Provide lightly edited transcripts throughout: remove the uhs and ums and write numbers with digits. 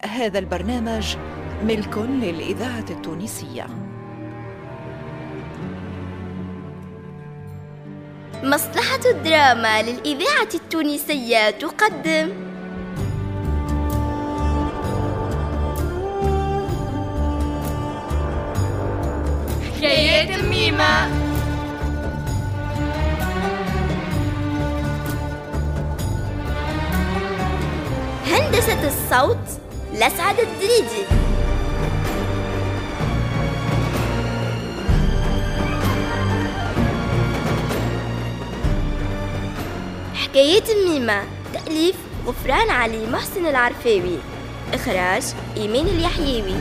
هذا البرنامج ملك للإذاعة التونسية. مصلحة الدراما للإذاعة التونسية تقدم حكايات ميمة. هندسة الصوت لسعد الدريدي. حكايات ميمة، تأليف غفران علي محسن العرفاوي، إخراج إيمان اليحيوي.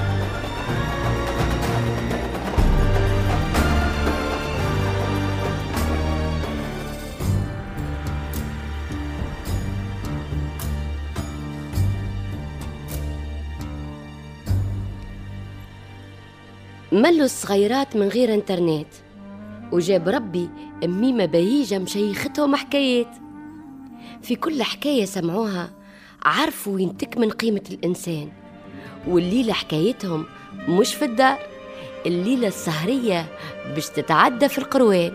ملوا الصغيرات من غير انترنت، وجاب ربي ميمة بهيجة مشيختهم حكايات. في كل حكاية سمعوها عرفوا وين تكمن قيمة الإنسان. والليلة حكايتهم مش في الدار، الليلة السهرية باش تتعدى في القروان.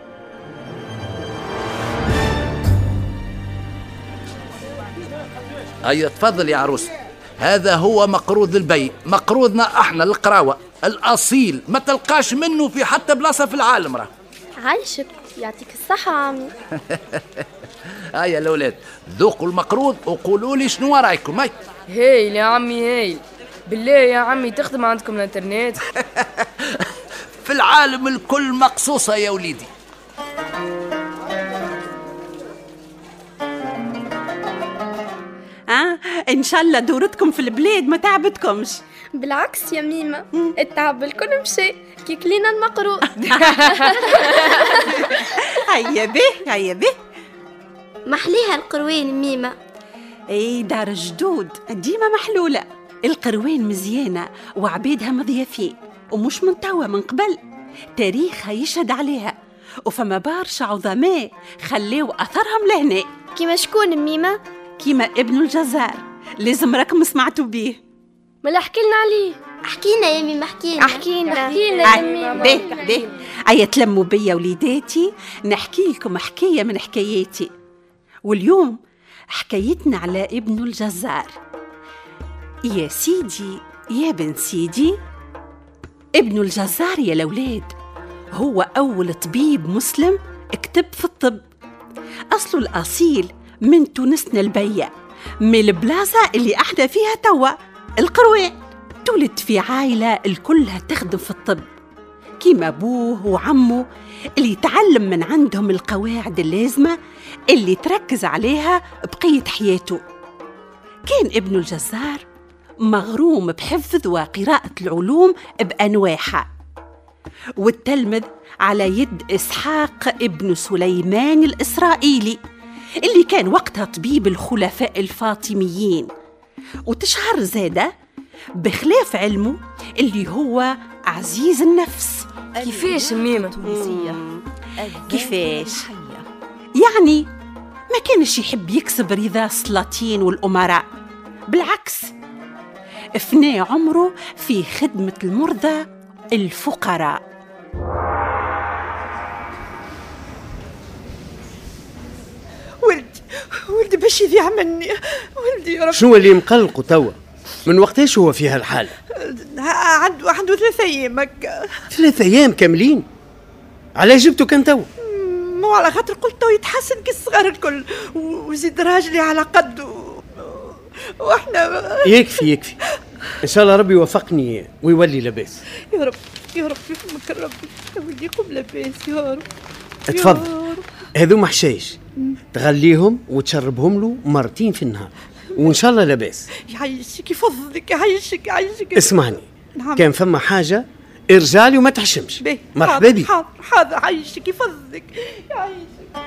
هيا تفضل يا عروس، هذا هو مقروض البي، مقروضنا احنا القراوة الأصيل، ما تلقاش منه في حتى بلاصة في العالم. راه عايشك، يعطيك الصحة عمي. هيا الأولاد ذوقوا المقروض وقولوا لي شنو رايكم. هايل يا عمي هايل، بالله يا عمي تخدم عندكم الانترنت؟ في العالم الكل مقصوصة يا وليدي. إن شاء الله دورتكم في البلاد ما تعبتكمش. بالعكس يا ميمة، التعب الكل مشي كي كلينا المقروض. هيا به محليها القروين ميمة. اي دار الجدود ديما محلولة. القروين مزيانة وعبيدها مضيافين، ومش من توا، من قبل تاريخها يشهد عليها، وفما برشا عظماء خليوا أثرهم لهنا. كيما شكون ميمة؟ كيما ابن الجزار، لازم راكم سمعتوا بيه. ملا احكي لنا عليه. احكينا يا ميمة، احكينا يا ميمة. به أيا تلموا بيا وليداتي، نحكي لكم حكاية من حكاياتي. واليوم حكايتنا على ابن الجزار. يا سيدي يا بن سيدي، ابن الجزار يا الأولاد هو أول طبيب مسلم اكتب في الطب. أصله الأصيل من تونسنا البيا، من البلازة اللي احنا فيها توا القروان. تولد في عائلة الكلها تخدم في الطب، كيما أبوه وعمه اللي يتعلم من عندهم القواعد اللازمة اللي تركز عليها بقية حياته. كان ابن الجزار مغروم بحفظ وقراءة العلوم بأنواعها، والتلمذ على يد إسحاق ابن سليمان الإسرائيلي اللي كان وقتها طبيب الخلفاء الفاطميين. وتشهر زادة بخلاف علمه اللي هو عزيز النفس. كيفاش ميمة؟ كيفاش؟ يعني ما كانش يحب يكسب رضا السلاطين والأمراء، بالعكس افنى عمره في خدمة المرضى الفقراء. ولدي باش يضيع مني، ولدي يا رب. شنو اللي مقلقه توا؟ من وقتاش هو في هالحالة؟ عنده 3 أيام هكا. 3 أيام كاملين؟ على جبته كان توا؟ مو على خاطر قلت تو يتحسن كالصغار الكل، وزيد راجلي على قد واحنا يكفي إن شاء الله ربي يوفقني ويولي لاباس. يا رب يفهمك ربي، ولدي يقوم لاباس يا رب. اتفضل، هذو محشايش تغليهم وتشربهم له مرتين في النهار، وإن شاء الله لاباس. يعيشك يفضلك، يعيشك. اسمعني، نعم. كان فما حاجة ارجعلي وما تحشمش. مرحبا بي. حاضر يعيشك يفضلك، يعيشك.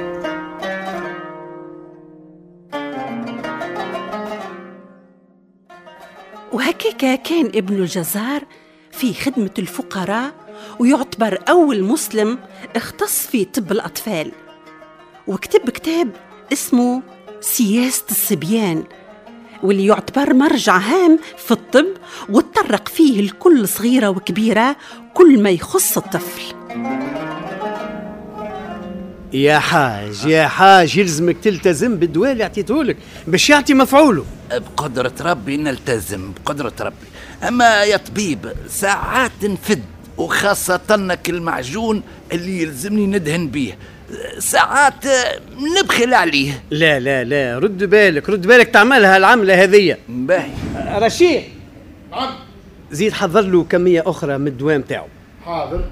وهكاك كان ابن الجزار في خدمة الفقراء، ويعتبر أول مسلم اختص في طب الأطفال، وكتب كتاب اسمه سياسة الصبيان واللي يعتبر مرجع هام في الطب وتطرق فيه لكل صغيرة وكبيرة كل ما يخص الطفل. يا حاج يلزمك تلتزم بالدواء اللي اعطيتهولك باش يعطي مفعوله. بقدرة ربي نلتزم بقدرة ربي. أما يا طبيب ساعات نفد، وخاصة المعجون اللي يلزمني ندهن بيه ساعات نبخل عليه. لا رد بالك تعملها العملة هذية. باهي. رشيد زيد حضر له كمية أخرى من الدواء متاعه. حاضر.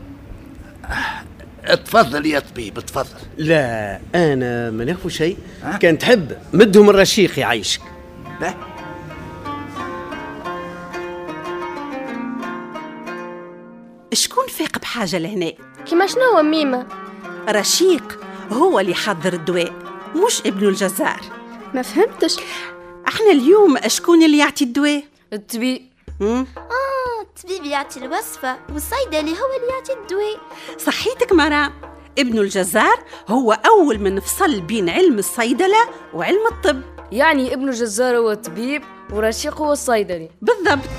اتفضل يا طبيب اتفضل. لا أنا ما ناخذ شيء. كان تحب مدهم الرشيق يعيشك. باهي. شكون فاق بحاجة لهنا؟ كيما شنو ميمة؟ رشيق هو اللي حضر الدواء مش ابن الجزار. ما فهمتش. احنا اليوم شكون اللي يعطي الدواء؟ الطبيب. الطبيب يعطي الوصفة والصيدلي هو اللي يعطي الدواء. صحيتك مرام، ابن الجزار هو أول من فصل بين علم الصيدلة وعلم الطب. يعني ابن الجزار هو الطبيب ورشيق هو الصيدلي. بالضبط.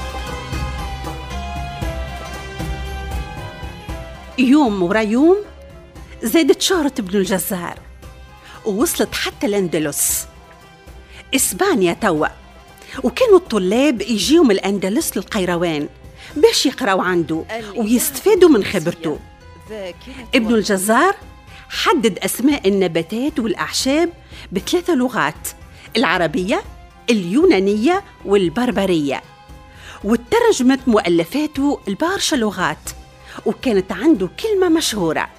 يوم ورا يوم زادت شهرة ابن الجزار ووصلت حتى الأندلس، إسبانيا توا، وكانوا الطلاب يجيوا من الأندلس للقيروان باش يقرأوا عنده ويستفادوا من خبرته. ابن الجزار حدد أسماء النباتات والأعشاب ب3 لغات، العربية، اليونانية والبربرية، وترجمت مؤلفاته لبارشة لغات، وكانت عنده كلمة مشهورة.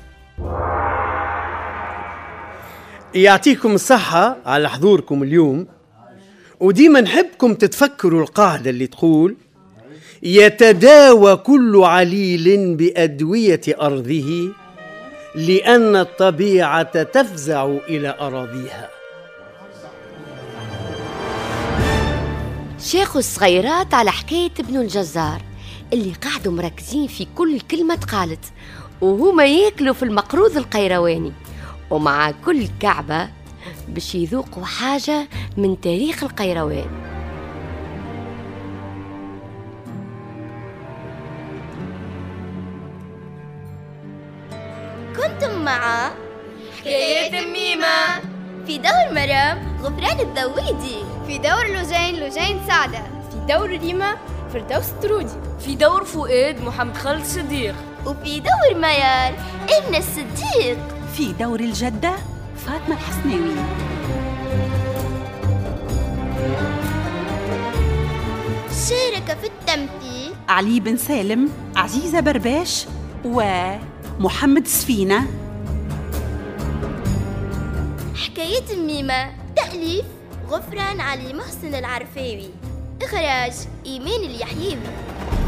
يعطيكم الصحة على حضوركم اليوم، وديما نحبكم تتفكروا القاعدة اللي تقول: يتداوى كل عليل بأدوية أرضه لأن الطبيعة تفزع إلى أراضيها. شيخوا الصغيرات على حكاية ابن الجزار اللي قاعدوا مركزين في كل كلمة قالت، وهما ياكلوا في المقروض القيرواني، ومع كل كعبة باش يذوقوا حاجة من تاريخ القيروان. كنتم مع حكايات ميمة في دور مرام غفران الذويدي، في دور لجين سعدة، في دور ريما فردوس الطرودي، في دور فؤاد محمد خالد صديق، وفي دور ميال ابن الصديق، في دور الجدة فاطمة الحسناوي. شارك في التمثيل علي بن سالم، عزيزة برباش، ومحمد سفينة. حكاية ميمة تأليف غفران علي محسن العرفاوي، إخراج إيمان اليحيوي.